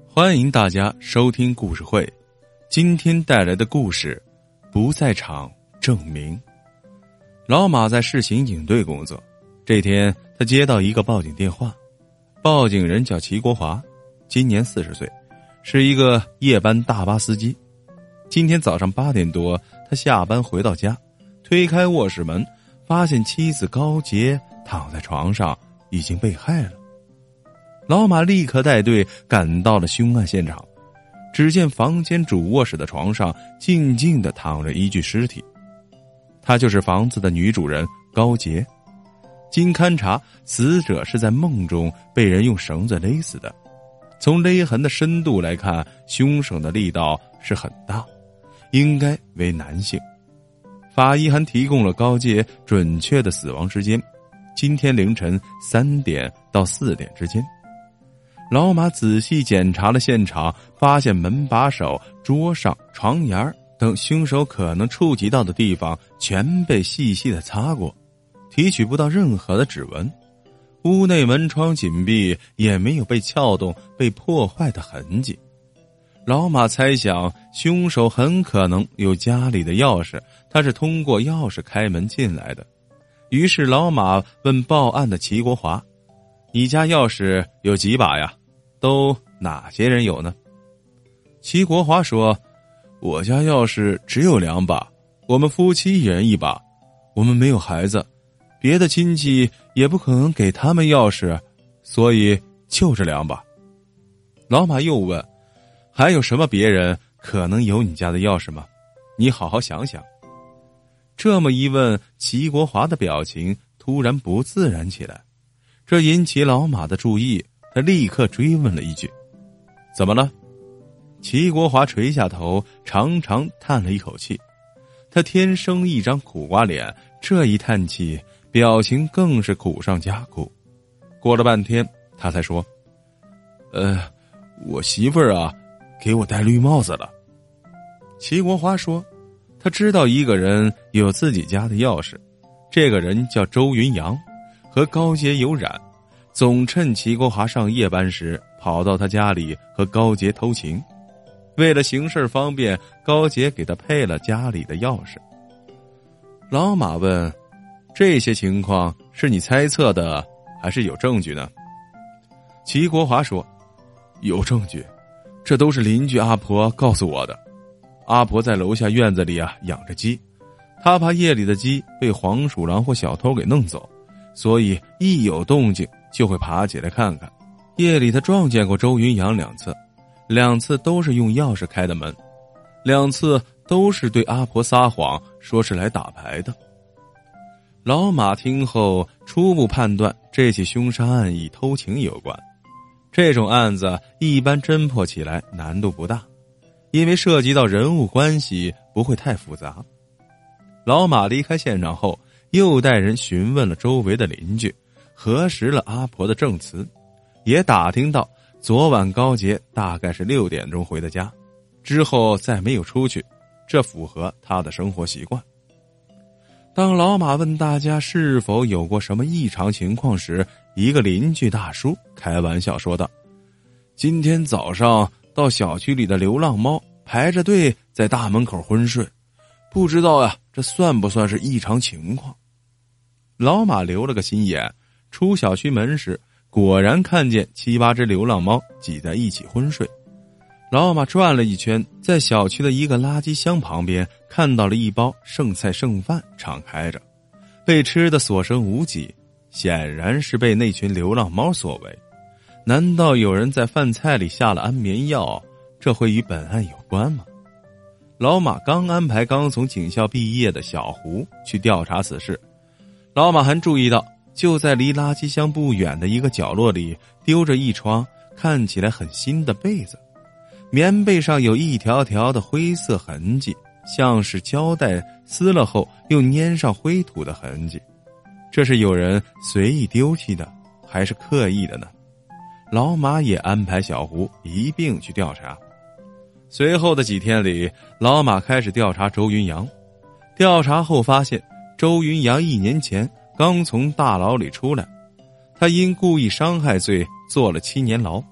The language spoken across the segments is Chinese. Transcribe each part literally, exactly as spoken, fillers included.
欢迎大家收听故事会，今天带来的故事不在场证明。老马在市刑警队工作，这天他接到一个报警电话，报警人叫齐国华，今年四十岁，是一个夜班大巴司机。今天早上八点多，他下班回到家，推开卧室门，发现妻子高洁躺在床上，已经被害了。老马立刻带队赶到了凶案现场，只见房间主卧室的床上静静地躺着一具尸体，她就是房子的女主人高洁。经勘查，死者是在梦中被人用绳子勒死的，从勒痕的深度来看，凶手的力道是很大，应该为男性。法医还提供了高洁准确的死亡时间，今天凌晨三点到四点之间。老马仔细检查了现场，发现门把手、桌上、床沿等凶手可能触及到的地方全被细细的擦过，提取不到任何的指纹。屋内门窗紧闭，也没有被撬动、被破坏的痕迹。老马猜想，凶手很可能有家里的钥匙，他是通过钥匙开门进来的。于是老马问报案的齐国华：“你家钥匙有几把呀？都哪些人有呢？”齐国华说：“我家钥匙只有两把，我们夫妻一人一把，我们没有孩子，别的亲戚也不可能给他们钥匙，所以就这两把。”老马又问：“还有什么别人可能有你家的钥匙吗？你好好想想。”这么一问，齐国华的表情突然不自然起来，这引起老马的注意，他立刻追问了一句：“怎么了？”齐国华垂下头，长长叹了一口气。他天生一张苦瓜脸，这一叹气，表情更是苦上加苦。过了半天，他才说：“呃，我媳妇儿啊，给我戴绿帽子了。”齐国华说，他知道一个人有自己家的钥匙，这个人叫周云阳，和高洁有染，总趁齐国华上夜班时跑到他家里和高洁偷情。为了行事方便，高洁给他配了家里的钥匙。老马问：“这些情况是你猜测的，还是有证据呢？”齐国华说：“有证据，这都是邻居阿婆告诉我的。阿婆在楼下院子里啊养着鸡，她怕夜里的鸡被黄鼠狼或小偷给弄走，所以一有动静就会爬起来看看。夜里他撞见过周云阳两次，两次都是用钥匙开的门，两次都是对阿婆撒谎，说是来打牌的。”老马听后初步判断，这起凶杀案与偷情有关。这种案子一般侦破起来难度不大，因为涉及到人物关系，不会太复杂。老马离开现场后，又带人询问了周围的邻居，核实了阿婆的证词，也打听到昨晚高洁大概是六点钟回的家，之后再没有出去，这符合他的生活习惯。当老马问大家是否有过什么异常情况时，一个邻居大叔开玩笑说道：“今天早上到小区里的流浪猫排着队在大门口昏睡，不知道呀，这算不算是异常情况？”老马留了个心眼，出小区门时果然看见七八只流浪猫挤在一起昏睡。老马转了一圈，在小区的一个垃圾箱旁边看到了一包剩菜剩饭敞开着，被吃得所剩无几，显然是被那群流浪猫所为。难道有人在饭菜里下了安眠药？这会与本案有关吗？老马刚安排刚从警校毕业的小胡去调查此事。老马还注意到，就在离垃圾箱不远的一个角落里丢着一床看起来很新的被子，棉被上有一条条的灰色痕迹，像是胶带撕了后又粘上灰土的痕迹。这是有人随意丢弃的，还是刻意的呢？老马也安排小胡一并去调查。随后的几天里，老马开始调查周云阳。调查后发现，周云阳一年前刚从大牢里出来，他因故意伤害罪坐了七年牢。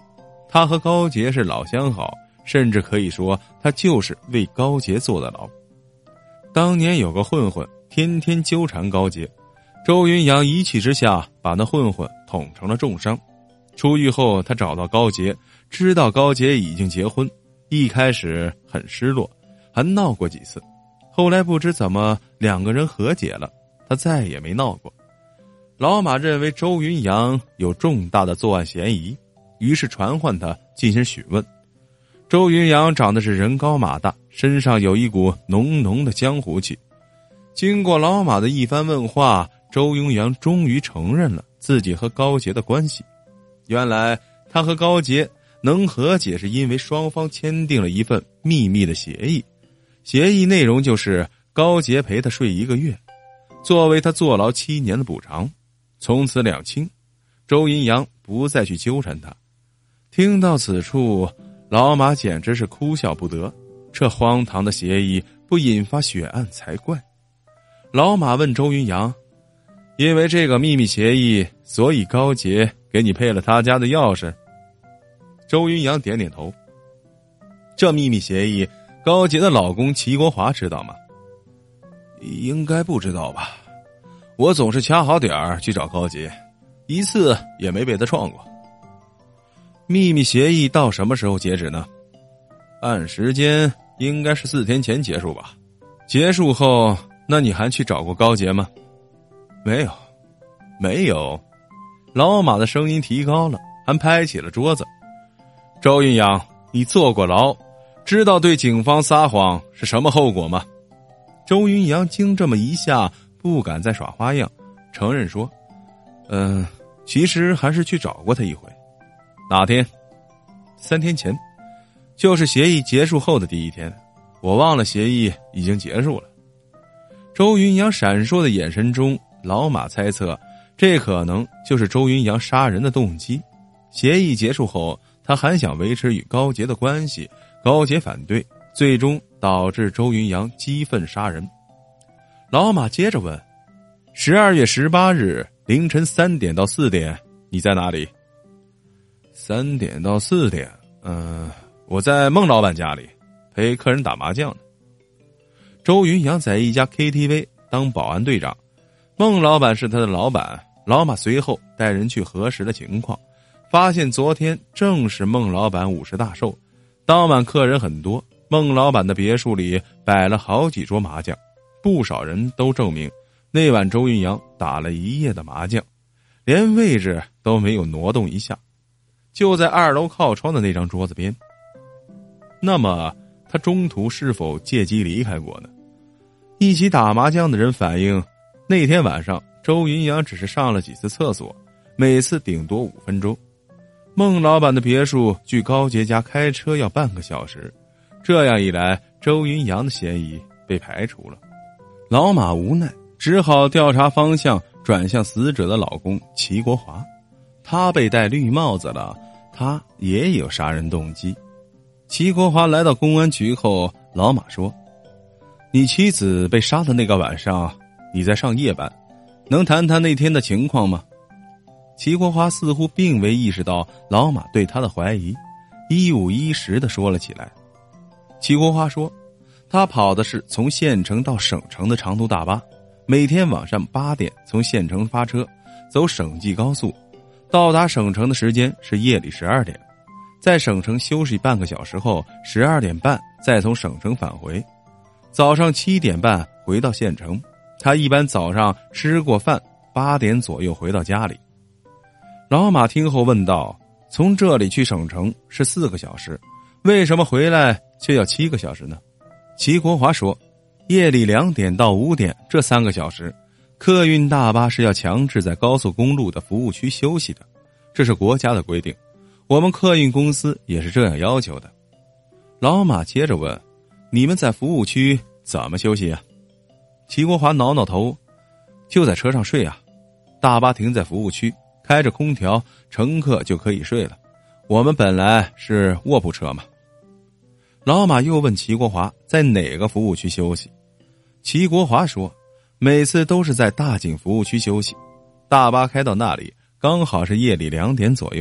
他和高杰是老相好，甚至可以说他就是为高杰坐的牢。当年有个混混天天纠缠高杰，周云阳一气之下把那混混捅成了重伤。出狱后他找到高杰，知道高杰已经结婚，一开始很失落，还闹过几次，后来不知怎么两个人和解了，他再也没闹过。老马认为周云阳有重大的作案嫌疑，于是传唤他进行询问。周云阳长得是人高马大，身上有一股浓浓的江湖气。经过老马的一番问话，周云阳终于承认了自己和高杰的关系。原来他和高杰能和解是因为双方签订了一份秘密的协议，协议内容就是高杰陪他睡一个月，作为他坐牢七年的补偿。从此两清，周云阳不再去纠缠他。听到此处，老马简直是哭笑不得，这荒唐的协议不引发血案才怪。老马问周云阳，因为这个秘密协议，所以高杰给你配了他家的钥匙？周云阳点点头。这秘密协议，高杰的老公齐国华知道吗？应该不知道吧，我总是掐好点儿去找高杰，一次也没被他撞过。秘密协议到什么时候截止呢？按时间应该是四天前结束吧。结束后，那你还去找过高杰吗？没有，没有。老马的声音提高了，还拍起了桌子。周云阳，你坐过牢，知道对警方撒谎是什么后果吗？周云阳经这么一下，不敢再耍花样，承认说，嗯、呃，其实还是去找过他一回。哪天？三天前，就是协议结束后的第一天，我忘了协议已经结束了。周云阳闪烁的眼神中，老马猜测这可能就是周云阳杀人的动机。协议结束后，他还想维持与高杰的关系，高杰反对，最终导致周云阳激愤杀人。老马接着问，十二月十八日凌晨三点到四点你在哪里？三点到四点，嗯、呃，我在孟老板家里陪客人打麻将呢。周云阳在一家 K T V 当保安队长，孟老板是他的老板。老马随后带人去核实了情况，发现昨天正是孟老板五十大寿，当晚客人很多，孟老板的别墅里摆了好几桌麻将，不少人都证明那晚周云阳打了一夜的麻将，连位置都没有挪动一下，就在二楼靠窗的那张桌子边。那么他中途是否借机离开过呢？一起打麻将的人反映，那天晚上周云阳只是上了几次厕所，每次顶多五分钟。孟老板的别墅距高杰家开车要半个小时，这样一来，周云阳的嫌疑被排除了。老马无奈，只好调查方向转向死者的老公齐国华，他被戴绿帽子了，他也有杀人动机。齐国华来到公安局后，老马说，你妻子被杀的那个晚上，你在上夜班，能谈谈那天的情况吗？齐国华似乎并未意识到老马对他的怀疑，一五一十地说了起来。齐国华说，他跑的是从县城到省城的长途大巴，每天晚上八点从县城发车，走省际高速，到达省城的时间是夜里十二点，在省城休息半个小时后，十二点半再从省城返回，早上七点半回到县城。他一般早上吃过饭，八点左右回到家里。老马听后问道，从这里去省城是四个小时，为什么回来却要七个小时呢？齐国华说，夜里两点到五点这三个小时，客运大巴是要强制在高速公路的服务区休息的，这是国家的规定，我们客运公司也是这样要求的。老马接着问，你们在服务区怎么休息啊？齐国华挠挠头，就在车上睡啊，大巴停在服务区，开着空调，乘客就可以睡了，我们本来是卧铺车嘛。老马又问齐国华在哪个服务区休息，齐国华说，每次都是在大井服务区休息，大巴开到那里刚好是夜里两点左右，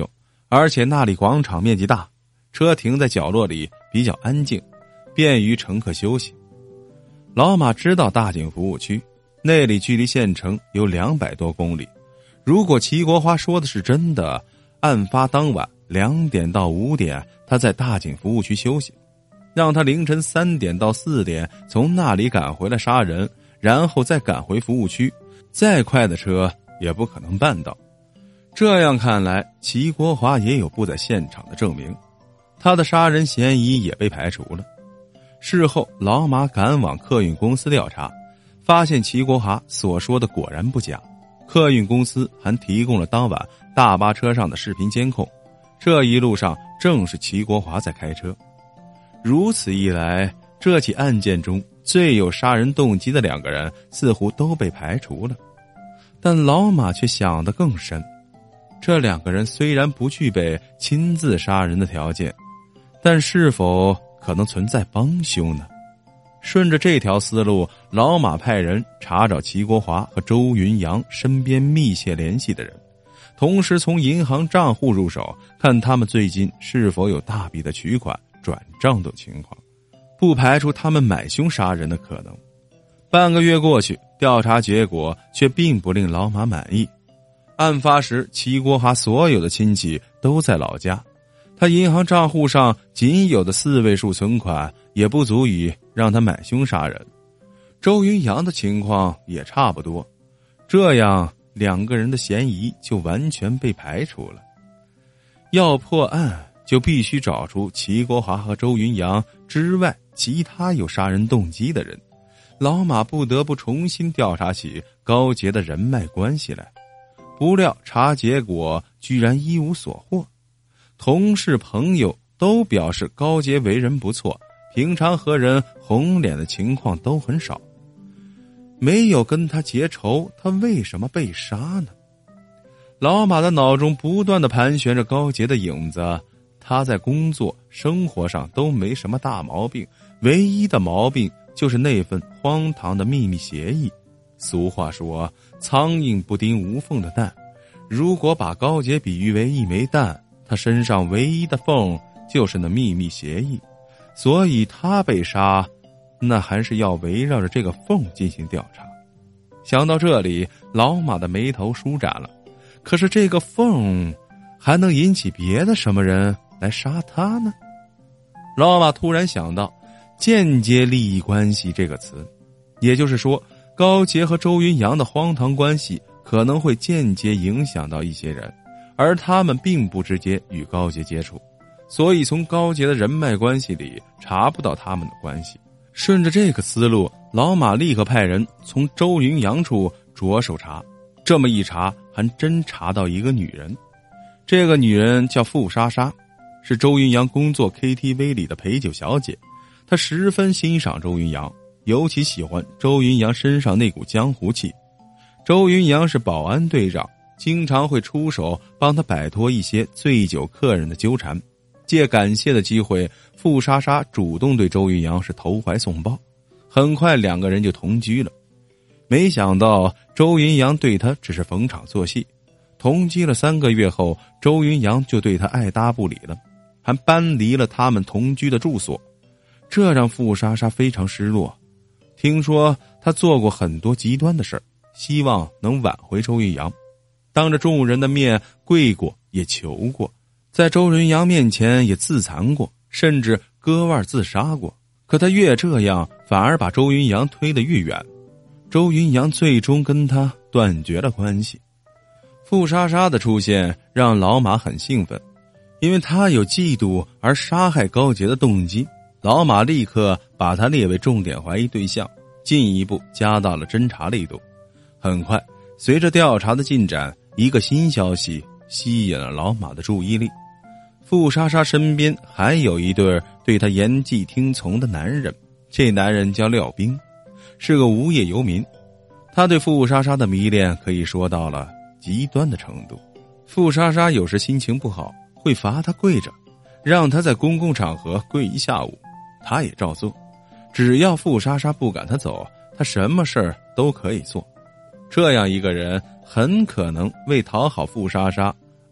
而且那里广场面积大，车停在角落里比较安静，便于乘客休息。老马知道大井服务区，那里距离县城有两百多公里。如果齐国华说的是真的，案发当晚两点到五点他在大井服务区休息，让他凌晨三点到四点从那里赶回来杀人，然后再赶回服务区，再快的车也不可能办到。这样看来，齐国华也有不在现场的证明，他的杀人嫌疑也被排除了。事后老马赶往客运公司调查，发现齐国华所说的果然不假，客运公司还提供了当晚大巴车上的视频监控，这一路上正是齐国华在开车。如此一来，这起案件中最有杀人动机的两个人似乎都被排除了。但老马却想得更深，这两个人虽然不具备亲自杀人的条件，但是否可能存在帮凶呢？顺着这条思路，老马派人查找齐国华和周云阳身边密切联系的人，同时从银行账户入手，看他们最近是否有大笔的取款、转账等情况，不排除他们买凶杀人的可能。半个月过去，调查结果却并不令老马满意。案发时，齐国华所有的亲戚都在老家，他银行账户上仅有的四位数存款也不足以让他买凶杀人。周云阳的情况也差不多，这样两个人的嫌疑就完全被排除了。要破案，就必须找出齐国华和周云阳之外其他有杀人动机的人。老马不得不重新调查起高杰的人脉关系来，不料查结果居然一无所获。同事朋友都表示高杰为人不错，平常和人红脸的情况都很少，没有跟他结仇，他为什么被杀呢？老马的脑中不断地盘旋着高杰的影子，他在工作生活上都没什么大毛病，唯一的毛病就是那份荒唐的秘密协议。俗话说，苍蝇不叮无缝的蛋，如果把高杰比喻为一枚蛋，他身上唯一的缝就是那秘密协议，所以他被杀，那还是要围绕着这个缝进行调查。想到这里，老马的眉头舒展了。可是这个缝还能引起别的什么人来杀他呢？老马突然想到间接利益关系这个词，也就是说，高杰和周云阳的荒唐关系可能会间接影响到一些人，而他们并不直接与高杰接触，所以从高杰的人脉关系里查不到他们的关系。顺着这个思路，老马立刻派人从周云阳处着手查。这么一查，还真查到一个女人。这个女人叫傅莎莎，是周云阳工作 K T V 里的陪酒小姐。她十分欣赏周云阳，尤其喜欢周云阳身上那股江湖气。周云阳是保安队长，经常会出手帮他摆脱一些醉酒客人的纠缠。借感谢的机会，傅莎莎主动对周云阳是投怀送抱，很快两个人就同居了。没想到周云阳对他只是逢场作戏，同居了三个月后，周云阳就对他爱搭不理了，还搬离了他们同居的住所，这让傅莎莎非常失落。听说他做过很多极端的事儿，希望能挽回周云阳，当着众人的面跪过也求过，在周云阳面前也自残过，甚至割腕自杀过。可他越这样，反而把周云阳推得越远。周云阳最终跟他断绝了关系。傅莎莎的出现让老马很兴奋，因为他有嫉妒而杀害高杰的动机。老马立刻把他列为重点怀疑对象，进一步加大了侦查力度。很快，随着调查的进展，一个新消息吸引了老马的注意力。傅莎莎身边还有一对对他言继听从的男人，这男人叫廖冰，是个无业游民。他对傅莎莎的迷恋可以说到了极端的程度。傅莎莎有时心情不好，会罚他跪着，让他在公共场合跪一下午，他也照做。只要傅莎莎不赶他走，他什么事儿都可以做。这样一个人很可能为讨好傅莎莎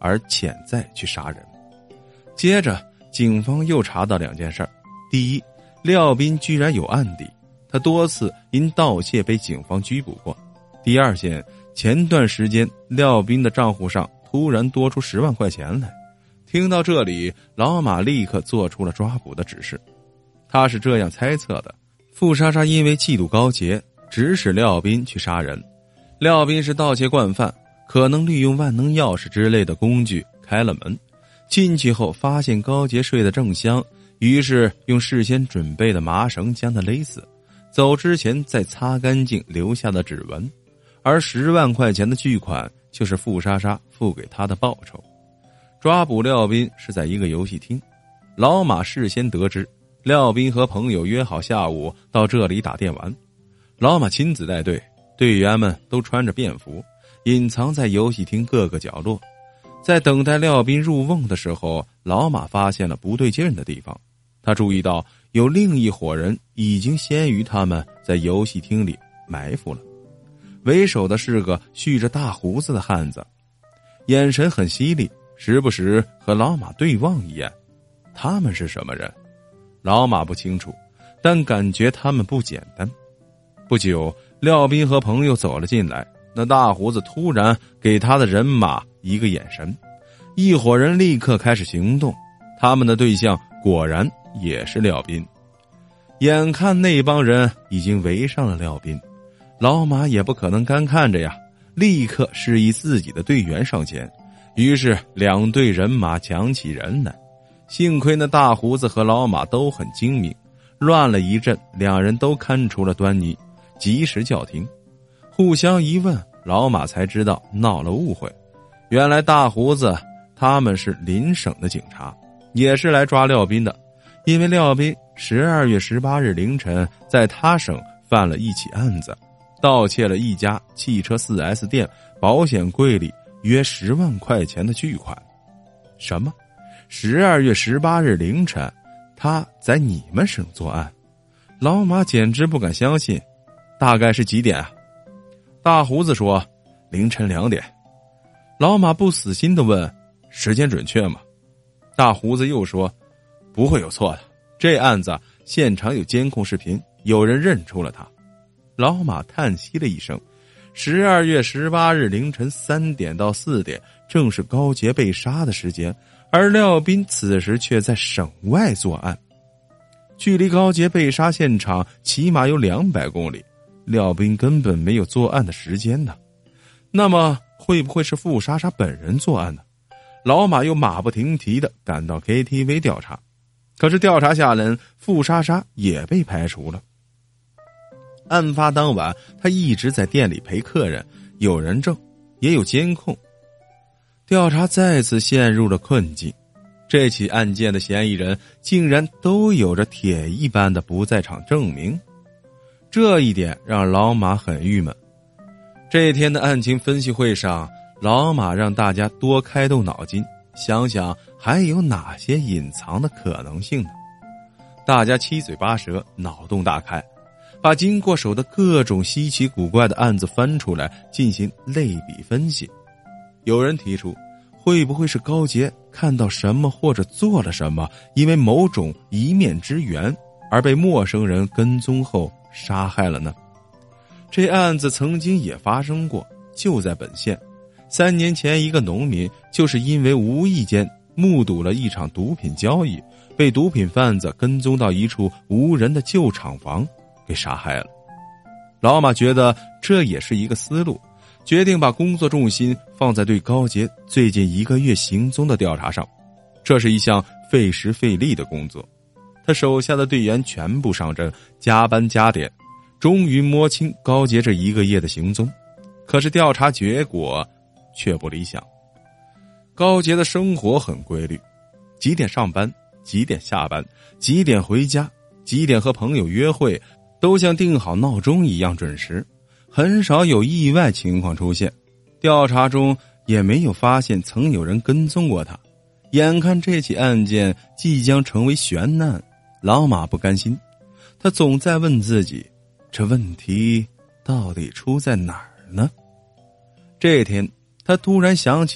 而潜在去杀人。接着警方又查到两件事儿：第一，廖斌居然有案底，他多次因盗窃被警方拘捕过；第二件，前段时间廖斌的账户上突然多出十万块钱来。听到这里，老马立刻做出了抓捕的指示。他是这样猜测的：傅莎莎因为嫉妒高洁，指使廖斌去杀人。廖斌是盗窃惯犯，可能利用万能钥匙之类的工具开了门，进去后发现高洁睡得正香，于是用事先准备的麻绳将他勒死，走之前再擦干净留下的指纹。而十万块钱的巨款就是傅莎莎付给他的报酬。抓捕廖斌是在一个游戏厅，老马事先得知廖斌和朋友约好下午到这里打电玩，老马亲自带队，队员们都穿着便服，隐藏在游戏厅各个角落。在等待廖斌入瓮的时候，老马发现了不对劲的地方。他注意到有另一伙人已经先于他们在游戏厅里埋伏了。为首的是个蓄着大胡子的汉子，眼神很犀利，时不时和老马对望一眼。他们是什么人？老马不清楚，但感觉他们不简单。不久，廖斌和朋友走了进来，那大胡子突然给他的人马一个眼神，一伙人立刻开始行动。他们的对象果然也是廖斌。眼看那帮人已经围上了廖斌，老马也不可能干看着呀，立刻示意自己的队员上前。于是两队人马抢起人来。幸亏那大胡子和老马都很精明，乱了一阵，两人都看出了端倪，及时叫停。互相一问，老马才知道闹了误会。原来大胡子他们是邻省的警察，也是来抓廖斌的。因为廖斌十二月十八日凌晨在他省犯了一起案子，盗窃了一家汽车 四 S 店保险柜里约十万块钱的巨款。什么？十二月十八日凌晨，他在你们省作案？老马简直不敢相信。大概是几点啊？大胡子说凌晨两点。老马不死心地问，时间准确吗？大胡子又说，不会有错的，这案子现场有监控视频，有人认出了他。老马叹息了一声，十二月十八日凌晨三点到四点正是高洁被杀的时间，而廖斌此时却在省外作案，距离高洁被杀现场起码有两百公里，廖斌根本没有作案的时间呢。那么会不会是傅莎莎本人作案呢？老马又马不停蹄地赶到 K T V 调查，可是调查下来，傅莎莎也被排除了。案发当晚，他一直在店里陪客人，有人证，也有监控。调查再次陷入了困境，这起案件的嫌疑人竟然都有着铁一般的不在场证明，这一点让老马很郁闷。这天的案情分析会上，老马让大家多开动脑筋，想想还有哪些隐藏的可能性呢？大家七嘴八舌，脑洞大开，把经过手的各种稀奇古怪的案子翻出来进行类比分析。有人提出，会不会是高洁看到什么或者做了什么，因为某种一面之缘而被陌生人跟踪后杀害了呢？这案子曾经也发生过，就在本县。三年前，一个农民就是因为无意间目睹了一场毒品交易，被毒品贩子跟踪到一处无人的旧厂房给杀害了。老马觉得这也是一个思路，决定把工作重心放在对高洁最近一个月行踪的调查上。这是一项费时费力的工作，他手下的队员全部上阵，加班加点，终于摸清高洁这一个夜的行踪。可是调查结果却不理想。高洁的生活很规律，几点上班，几点下班，几点回家，几点和朋友约会，都像定好闹钟一样准时，很少有意外情况出现。调查中也没有发现曾有人跟踪过他。眼看这起案件即将成为悬案，老马不甘心，他总在问自己，这问题到底出在哪儿呢？这天，他突然想起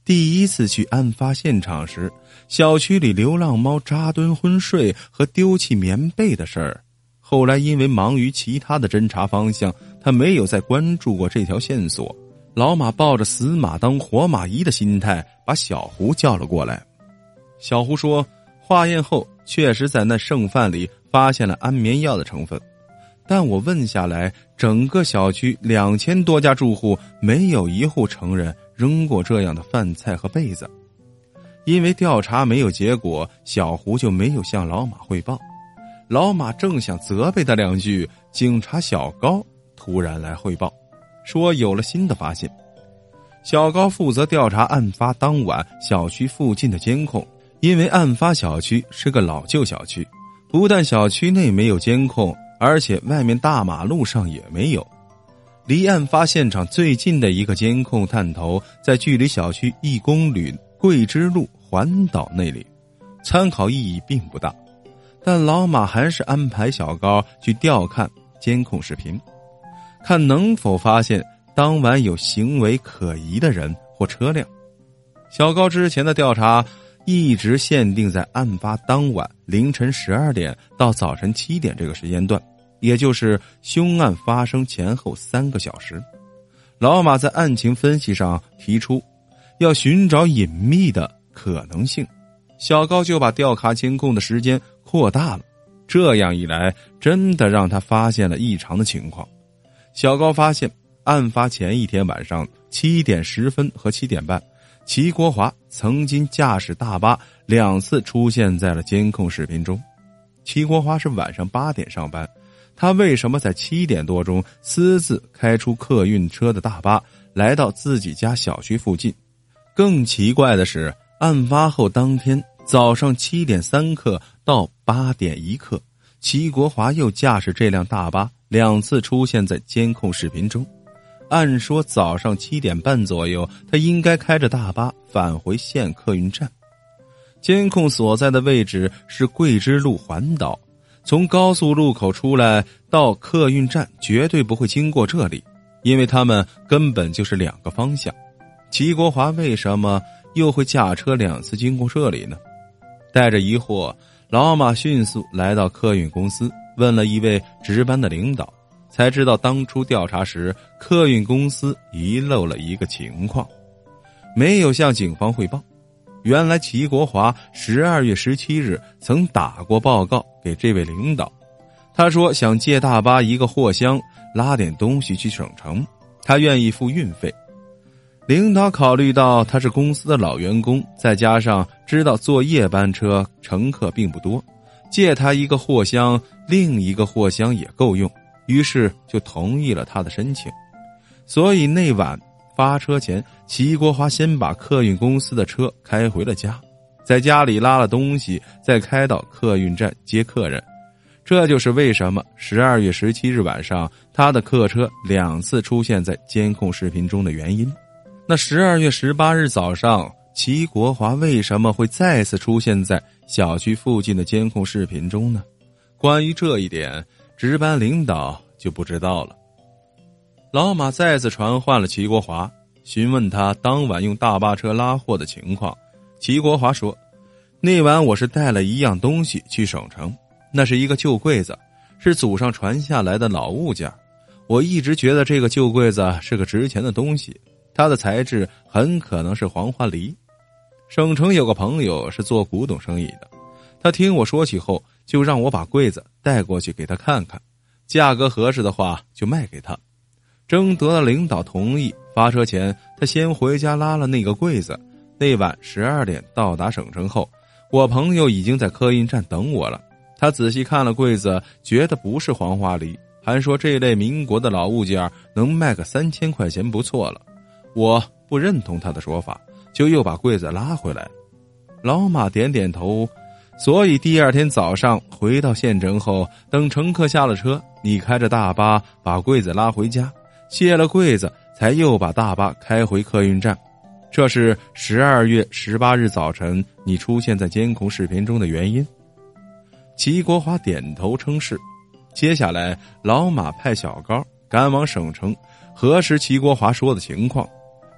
第一次去案发现场时，小区里流浪猫扎堆昏睡和丢弃棉被的事儿，后来因为忙于其他的侦查方向，他没有再关注过这条线索。老马抱着死马当活马医的心态，把小胡叫了过来。小胡说，化验后确实在那剩饭里发现了安眠药的成分，但我问下来，整个小区两千多家住户没有一户承认扔过这样的饭菜和被子。因为调查没有结果，小胡就没有向老马汇报。老马正想责备他两句，警察小高突然来汇报，说有了新的发现。小高负责调查案发当晚小区附近的监控，因为案发小区是个老旧小区，不但小区内没有监控，而且外面大马路上也没有。离案发现场最近的一个监控探头在距离小区一公里桂枝路环岛那里，参考意义并不大，但老马还是安排小高去调看监控视频，看能否发现当晚有行为可疑的人或车辆。小高之前的调查一直限定在案发当晚凌晨十二点到早晨七点这个时间段，也就是凶案发生前后三个小时。老马在案情分析上提出要寻找隐秘的可能性，小高就把调查监控的时间扩大了。这样一来，真的让他发现了异常的情况。小高发现案发前一天晚上七点十分和七点半，齐国华曾经驾驶大巴两次出现在了监控视频中。齐国华是晚上八点上班，他为什么在七点多钟私自开出客运车的大巴来到自己家小区附近？更奇怪的是，案发后当天早上七点三刻到八点一刻，齐国华又驾驶这辆大巴两次出现在监控视频中。按说早上七点半左右，他应该开着大巴返回县客运站。监控所在的位置是桂枝路环岛，从高速路口出来到客运站绝对不会经过这里，因为他们根本就是两个方向。齐国华为什么又会驾车两次经过这里呢？带着疑惑，老马迅速来到客运公司，问了一位值班的领导，才知道当初调查时客运公司遗漏了一个情况，没有向警方汇报。原来齐国华十二月十七日曾打过报告给这位领导，他说想借大巴一个货箱拉点东西去省城，他愿意付运费。领导考虑到他是公司的老员工，再加上知道坐夜班车乘客并不多，借他一个货箱，另一个货箱也够用，于是就同意了他的申请。所以那晚发车前，齐国华先把客运公司的车开回了家，在家里拉了东西，再开到客运站接客人。这就是为什么十二月十七日晚上他的客车两次出现在监控视频中的原因。那十二月十八日早上，齐国华为什么会再次出现在小区附近的监控视频中呢？关于这一点，值班领导就不知道了。老马再次传唤了齐国华，询问他当晚用大巴车拉货的情况。齐国华说，那晚我是带了一样东西去省城，那是一个旧柜子，是祖上传下来的老物件。我一直觉得这个旧柜子是个值钱的东西，它的材质很可能是黄花梨。省城有个朋友是做古董生意的，他听我说起后，就让我把柜子带过去给他看看，价格合适的话就卖给他。征得了领导同意，发车前他先回家拉了那个柜子。那晚十二点到达省城后，我朋友已经在客运站等我了。他仔细看了柜子，觉得不是黄花梨，还说这类民国的老物件能卖个三千块钱不错了。我不认同他的说法，就又把柜子拉回来。老马点点头，所以第二天早上回到县城后，等乘客下了车，你开着大巴把柜子拉回家，卸了柜子，才又把大巴开回客运站。这是十二月十八日早晨你出现在监控视频中的原因。齐国华点头称是。接下来老马派小高赶往省城核实齐国华说的情况。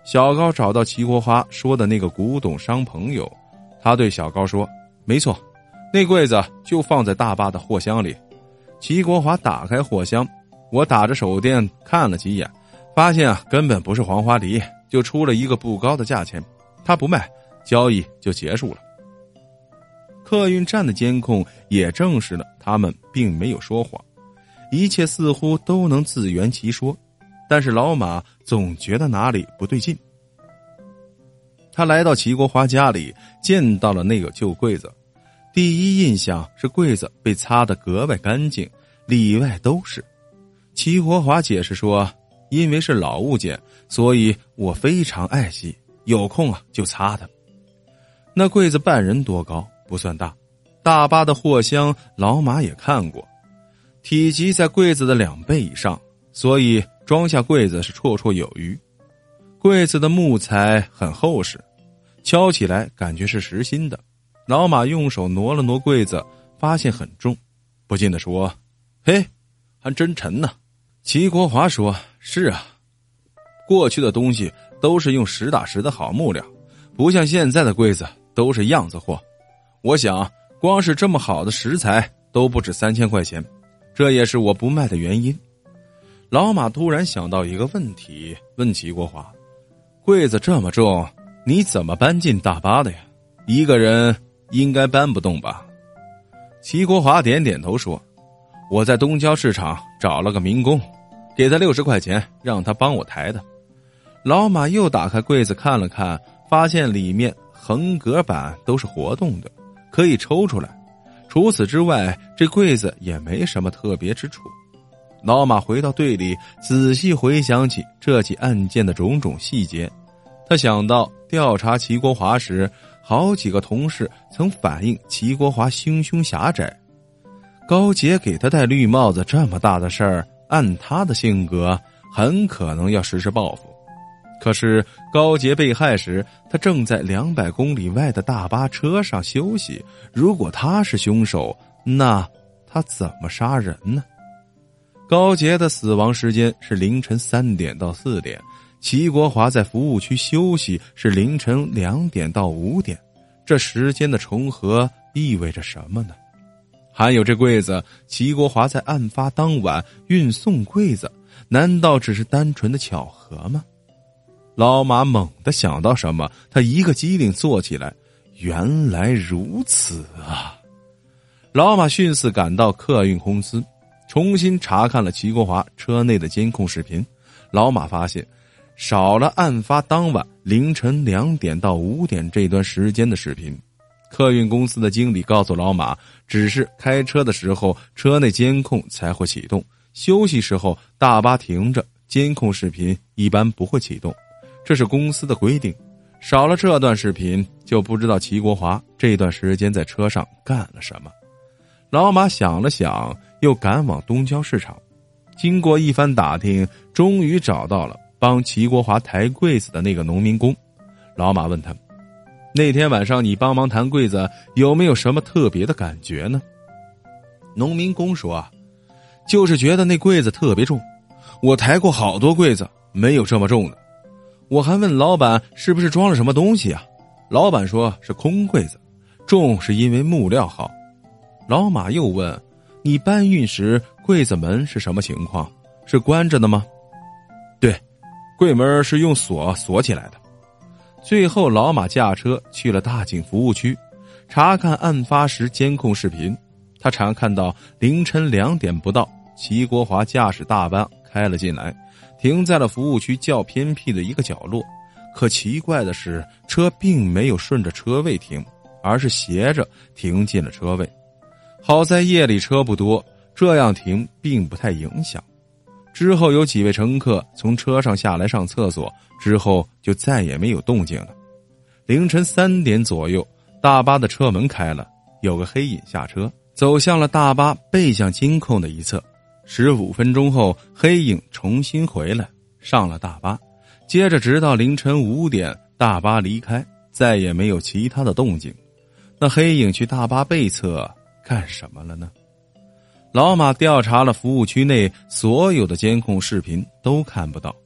小高找到齐国华说的那个古董商朋友，他对小高说：没错，那柜子就放在大巴的货箱里。齐国华打开货箱，我打着手电看了几眼，发现啊根本不是黄花梨，就出了一个不高的价钱，他不卖，交易就结束了。客运站的监控也证实了他们并没有说谎，一切似乎都能自圆其说，但是老马总觉得哪里不对劲。他来到齐国华家里，见到了那个旧柜子，第一印象是柜子被擦得格外干净，里外都是。齐国华解释说，因为是老物件，所以我非常爱惜，有空啊就擦它。那柜子半人多高，不算大，大巴的货箱老马也看过，体积在柜子的两倍以上，所以装下柜子是绰绰有余。柜子的木材很厚实，敲起来感觉是实心的。老马用手挪了挪柜子，发现很重，不禁地说：嘿，还真沉呢。齐国华说：是啊，过去的东西都是用实打实的好木料，不像现在的柜子都是样子货。我想光是这么好的食材都不止三千块钱，这也是我不卖的原因。老马突然想到一个问题，问齐国华：柜子这么重，你怎么搬进大巴的呀？一个人应该搬不动吧？齐国华点点头说：我在东郊市场找了个民工，给他六十块钱，让他帮我抬的。老马又打开柜子看了看，发现里面横隔板都是活动的，可以抽出来。除此之外，这柜子也没什么特别之处。老马回到队里，仔细回想起这起案件的种种细节。他想到调查齐国华时，好几个同事曾反映齐国华心胸狭窄。高杰给他戴绿帽子这么大的事儿，按他的性格，很可能要实施报复。可是高杰被害时，他正在两百公里外的大巴车上休息，如果他是凶手，那他怎么杀人呢？高杰的死亡时间是凌晨三点到四点，齐国华在服务区休息是凌晨两点到五点，这时间的重合意味着什么呢？还有这柜子，齐国华在案发当晚运送柜子，难道只是单纯的巧合吗？老马猛地想到什么，他一个机灵坐起来，原来如此啊！老马迅速赶到客运公司，重新查看了齐国华车内的监控视频。老马发现少了案发当晚凌晨两点到五点这段时间的视频。客运公司的经理告诉老马，只是开车的时候车内监控才会启动，休息时候大巴停着，监控视频一般不会启动，这是公司的规定。少了这段视频，就不知道齐国华这段时间在车上干了什么。老马想了想，又赶往东郊市场。经过一番打听，终于找到了帮齐国华抬柜子的那个农民工。老马问他，那天晚上你帮忙抬柜子，有没有什么特别的感觉呢？农民工说啊，就是觉得那柜子特别重，我抬过好多柜子，没有这么重的。我还问老板是不是装了什么东西啊？老板说是空柜子，重是因为木料好。老马又问，你搬运时柜子门是什么情况？是关着的吗？对，柜门是用锁锁起来的。最后老马驾车去了大井服务区，查看案发时监控视频。他查看到凌晨两点不到，齐国华驾驶大巴开了进来，停在了服务区较偏僻的一个角落。可奇怪的是，车并没有顺着车位停，而是斜着停进了车位。好在夜里车不多，这样停并不太影响。之后有几位乘客从车上下来上厕所，之后就再也没有动静了。凌晨三点左右，大巴的车门开了，有个黑影下车，走向了大巴背向监控的一侧。十五分钟后，黑影重新回来，上了大巴。接着直到凌晨五点，大巴离开，再也没有其他的动静。那黑影去大巴背侧干什么了呢？老马调查了服务区内所有的监控视频，都看不到。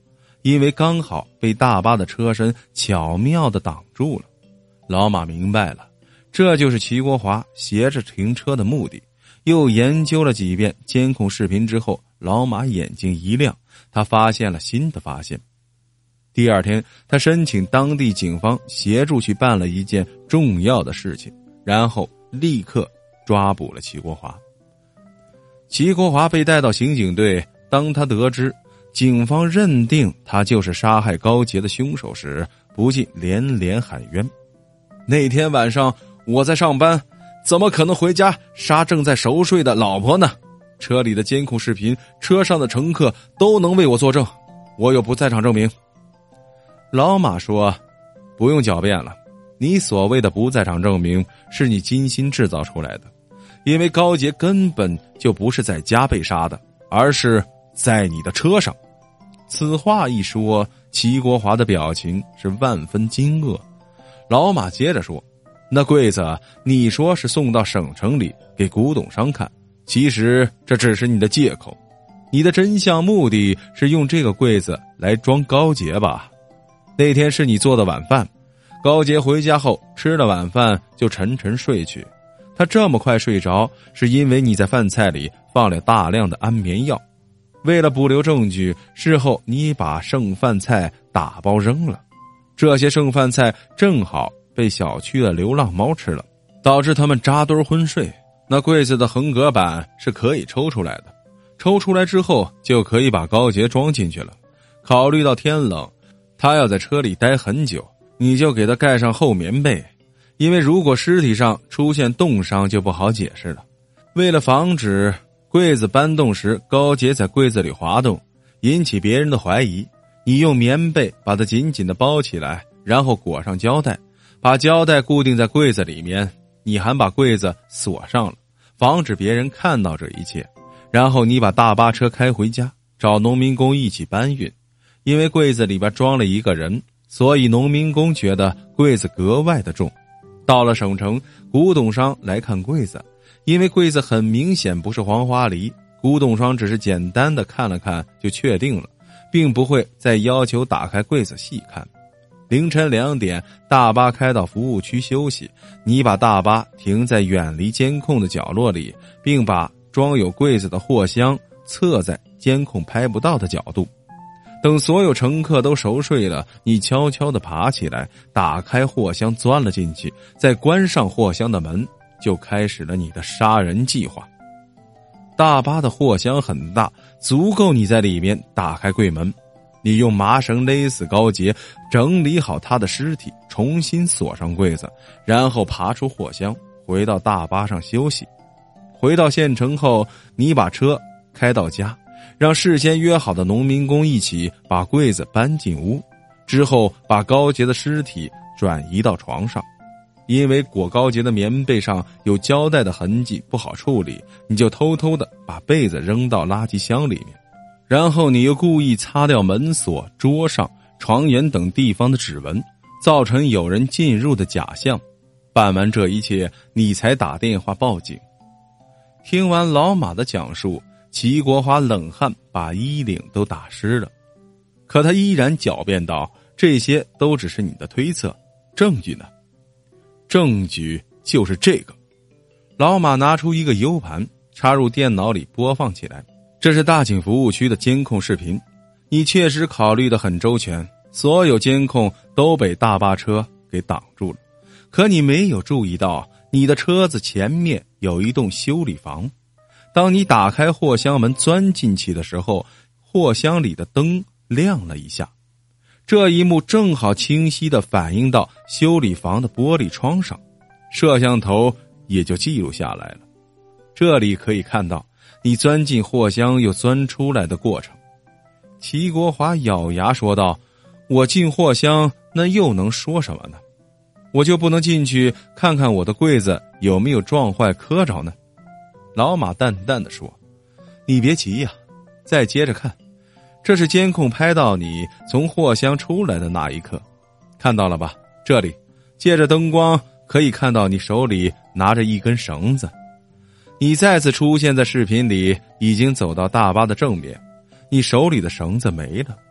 因为刚好被大巴的车身巧妙地挡住了。老马明白了，这就是齐国华斜着停车的目的。又研究了几遍监控视频之后，老马眼睛一亮，他发现了新的发现。第二天，他申请当地警方协助去办了一件重要的事情，然后立刻抓捕了齐国华。齐国华被带到刑警队，当他得知警方认定他就是杀害高洁的凶手时，不禁连连喊冤。那天晚上我在上班，怎么可能回家杀正在熟睡的老婆呢？车里的监控视频，车上的乘客都能为我作证，我有不在场证明。老马说，不用狡辩了，你所谓的不在场证明是你精心制造出来的，因为高洁根本就不是在家被杀的，而是在你的车上。此话一说，齐国华的表情是万分惊愕。老马接着说，那柜子你说是送到省城里给古董商看，其实这只是你的借口，你的真相目的是用这个柜子来装高洁吧？那天是你做的晚饭，高洁回家后吃了晚饭就沉沉睡去，他这么快睡着是因为你在饭菜里放了大量的安眠药。为了保留证据，事后你把剩饭菜打包扔了，这些剩饭菜正好被小区的流浪猫吃了，导致他们扎堆昏睡。那柜子的横隔板是可以抽出来的，抽出来之后就可以把高洁装进去了。考虑到天冷，他要在车里待很久，你就给他盖上厚棉被，因为如果尸体上出现冻伤就不好解释了。为了防止柜子搬动时高洁在柜子里滑动，引起别人的怀疑，你用棉被把它紧紧地包起来，然后裹上胶带，把胶带固定在柜子里面，你还把柜子锁上了，防止别人看到这一切。然后你把大巴车开回家，找农民工一起搬运。因为柜子里边装了一个人，所以农民工觉得柜子格外的重。到了省城，古董商来看柜子，因为柜子很明显不是黄花梨，古董商只是简单的看了看就确定了，并不会再要求打开柜子细看。凌晨两点，大巴开到服务区休息，你把大巴停在远离监控的角落里，并把装有柜子的货箱侧在监控拍不到的角度。等所有乘客都熟睡了，你悄悄地爬起来，打开货箱钻了进去，再关上货箱的门，就开始了你的杀人计划。大巴的货箱很大，足够你在里面打开柜门。你用麻绳勒死高洁，整理好他的尸体，重新锁上柜子，然后爬出货箱，回到大巴上休息。回到县城后，你把车开到家，让事先约好的农民工一起把柜子搬进屋，之后把高洁的尸体转移到床上。因为裹高洁的棉被上有胶带的痕迹不好处理，你就偷偷的把被子扔到垃圾箱里面，然后你又故意擦掉门锁、桌上、床沿等地方的指纹，造成有人进入的假象。办完这一切，你才打电话报警。听完老马的讲述，齐国华冷汗把衣领都打湿了，可他依然狡辩道，这些都只是你的推测，证据呢？证据就是这个。老马拿出一个 U 盘，插入电脑里播放起来。这是大井服务区的监控视频，你确实考虑得很周全，所有监控都被大巴车给挡住了。可你没有注意到，你的车子前面有一栋修理房。当你打开货箱门钻进去的时候，货箱里的灯亮了一下，这一幕正好清晰地反映到修理房的玻璃窗上，摄像头也就记录下来了。这里可以看到你钻进货箱又钻出来的过程。齐国华咬牙说道，我进货箱那又能说什么呢？我就不能进去看看我的柜子有没有撞坏磕着呢？老马淡淡地说，你别急呀，再接着看。这是监控拍到你从货箱出来的那一刻，看到了吧？这里借着灯光可以看到你手里拿着一根绳子。你再次出现在视频里，已经走到大巴的正面，你手里的绳子没了。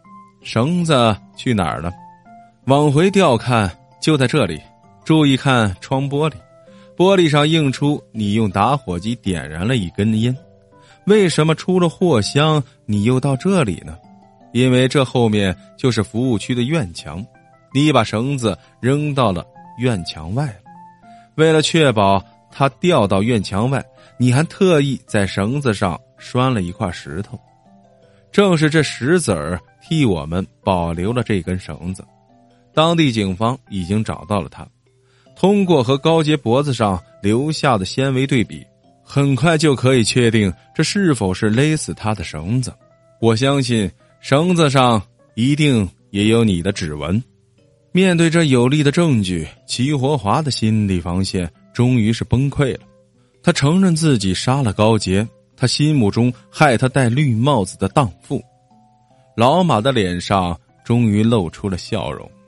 绳子去哪儿了？往回调看，就在这里。注意看窗玻璃，玻璃上映出你用打火机点燃了一根烟。为什么出了货箱你又到这里呢？因为这后面就是服务区的院墙，你把绳子扔到了院墙外了。为了确保它掉到院墙外，你还特意在绳子上拴了一块石头。正是这石子儿替我们保留了这根绳子。当地警方已经找到了它，通过和高杰脖子上留下的纤维对比，很快就可以确定这是否是勒死他的绳子。我相信绳子上一定也有你的指纹。面对这有力的证据，齐活华的心理防线终于是崩溃了。他承认自己杀了高杰，他心目中害他戴绿帽子的荡妇。老马的脸上终于露出了笑容。